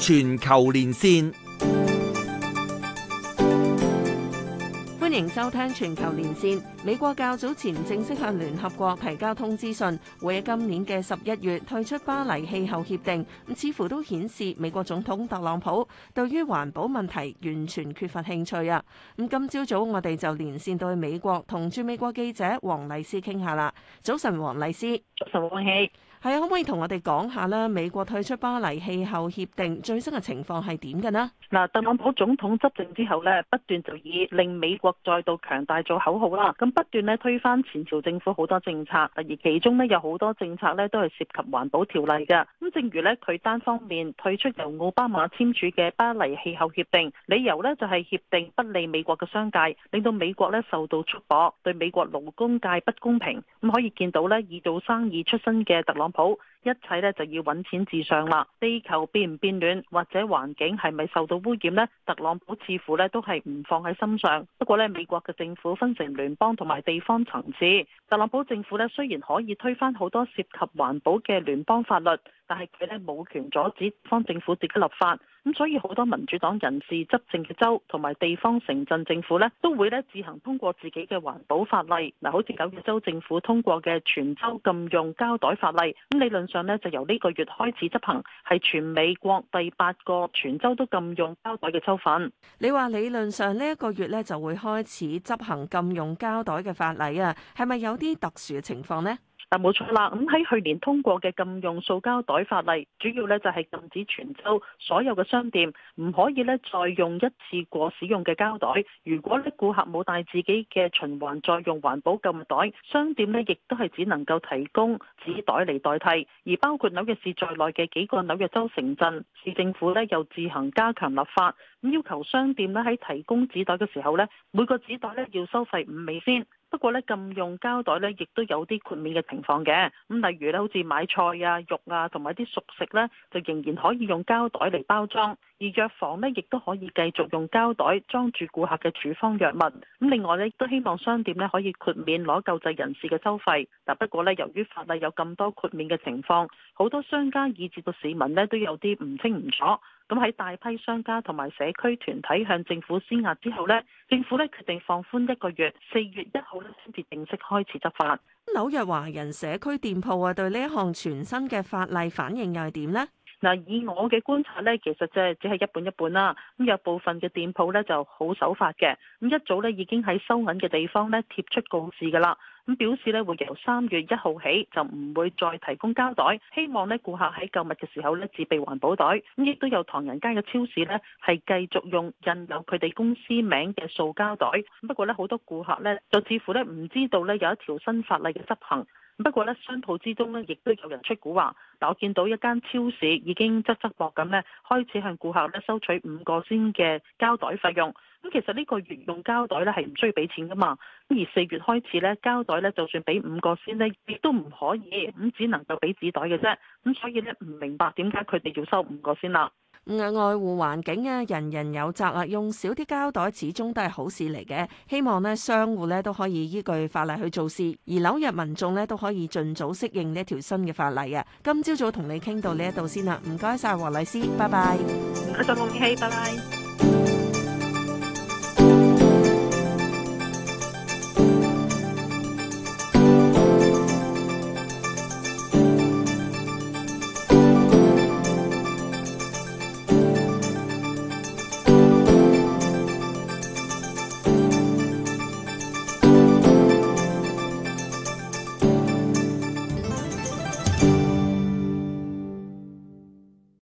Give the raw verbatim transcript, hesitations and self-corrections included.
全球連線。 歡迎收聽全球連線。美國較早前正式向聯合國提交通知信，會喺今年嘅十一月退出巴黎氣候協定。咁似乎都顯示美國總統特朗普對於環保問題完全缺乏興趣啊！咁今朝早我哋就連線到去美國，同駐美國記者黃麗施傾下啦。早晨，黃麗施。 早晨，黃希。 係啊，可唔可以同我哋講下咧？美國退出巴黎氣候協定最新嘅情況係點嘅呢？ 嗱，特朗普總統執政之後咧，不斷就以令美國再度強大做口號啦，咁不斷咧推翻前朝政府好多政策，而其中咧有好多政策咧都係涉及環保條例嘅。咁正如咧佢單方面退出由奧巴馬簽署嘅巴黎氣候協定，理由咧就係協定不利美國嘅商界，令到美國咧受到束縛，對美國勞工界不公平。咁可以見到咧，以做生意出身嘅特朗普，一切咧就要揾錢至上啦。地球變唔變暖或者環境係咪受到污染呢？特朗普似乎咧都係唔放喺心上。不過咧，美國嘅政府分成聯邦同埋地方層次。特朗普政府咧雖然可以推翻好多涉及環保嘅聯邦法律，但係佢咧冇權阻止地方政府自己立法。咁所以好多民主黨人士執政嘅州同埋地方城鎮政府咧，都會咧自行通過自己嘅環保法例。嗱，好似紐約州政府通過嘅全州禁用膠袋法例，咁理論上咧就由呢個月開始執行，係全美國第八個全州都禁用膠袋嘅州份。 你話理論上呢一個月咧就會開始執行禁用膠袋嘅法例啊，係咪有啲特殊嘅情況呢？ 但冇錯啦，咁喺去年通過嘅禁用塑膠袋法例，主要咧就係禁止全州所有嘅商店唔可以咧再用一次過使用嘅膠袋。如果咧顧客冇帶自己嘅循環再用環保購物袋，商店咧亦都係只能夠提供紙袋嚟代替。而包括紐約市在內嘅幾個紐約州城鎮市政府咧又自行加強立法，咁要求商店咧喺提供紙袋嘅時候咧，每個紙袋咧要收費五美仙。不過咧，禁用膠袋咧，亦都有啲豁免嘅情況嘅。咁例如咧，好似買菜啊、肉啊，同埋啲熟食咧，就仍然可以用膠袋嚟包裝。而藥房咧，亦都可以繼續用膠袋裝住顧客嘅處方藥物。咁另外咧，亦都希望商店咧可以豁免攞救濟人士嘅收費。嗱，不過咧，由於法例有咁多豁免嘅情況，好多商家以至到市民咧都有啲唔清唔楚。咁喺大批商家同埋社區團體向政府施壓之後呢，政府咧決定放寬一個月，四月一號咧先至正式開始執法。 紐約華人社區店鋪啊，對呢一項全新嘅法例反應又係點呢？ 嗱，以我嘅觀察呢，其實即係只係一半一半啦。咁有部分嘅店鋪呢就好守法嘅，咁一早呢已經喺收銀嘅地方呢貼出告示㗎啦。咁表示呢會由三月一號起就唔會再提供膠袋，希望呢顧客喺購物嘅時候呢自備環保袋。咁亦都有唐人街嘅超市呢係繼續用印有佢哋公司名嘅塑膠袋。不過呢，好多顧客呢就似乎呢唔知道呢有一條新法例嘅執行。不過咧，商鋪之中咧，亦都有人出蠱話。嗱，我見到一間超市已經側側膊咁咧，開始向顧客咧收取五個仙嘅膠袋費用。咁其實呢個月用膠袋咧係唔需要俾錢噶嘛。咁而四月開始咧，膠袋咧就算俾五個仙咧，亦都唔可以，咁只能夠俾紙袋嘅啫。咁所以咧，唔明白點解佢哋要收五個仙啦。 咁啊，愛護環境啊，人人有責啊，用少啲膠袋始終都係好事嚟嘅。希望呢商戶呢都可以依據法例去做事，而紐約民眾呢都可以盡早適應呢一條新嘅法例啊。今朝早同你傾到呢一度先啦，唔該晒黃麗施，拜拜。 唔該晒，黃希，拜拜。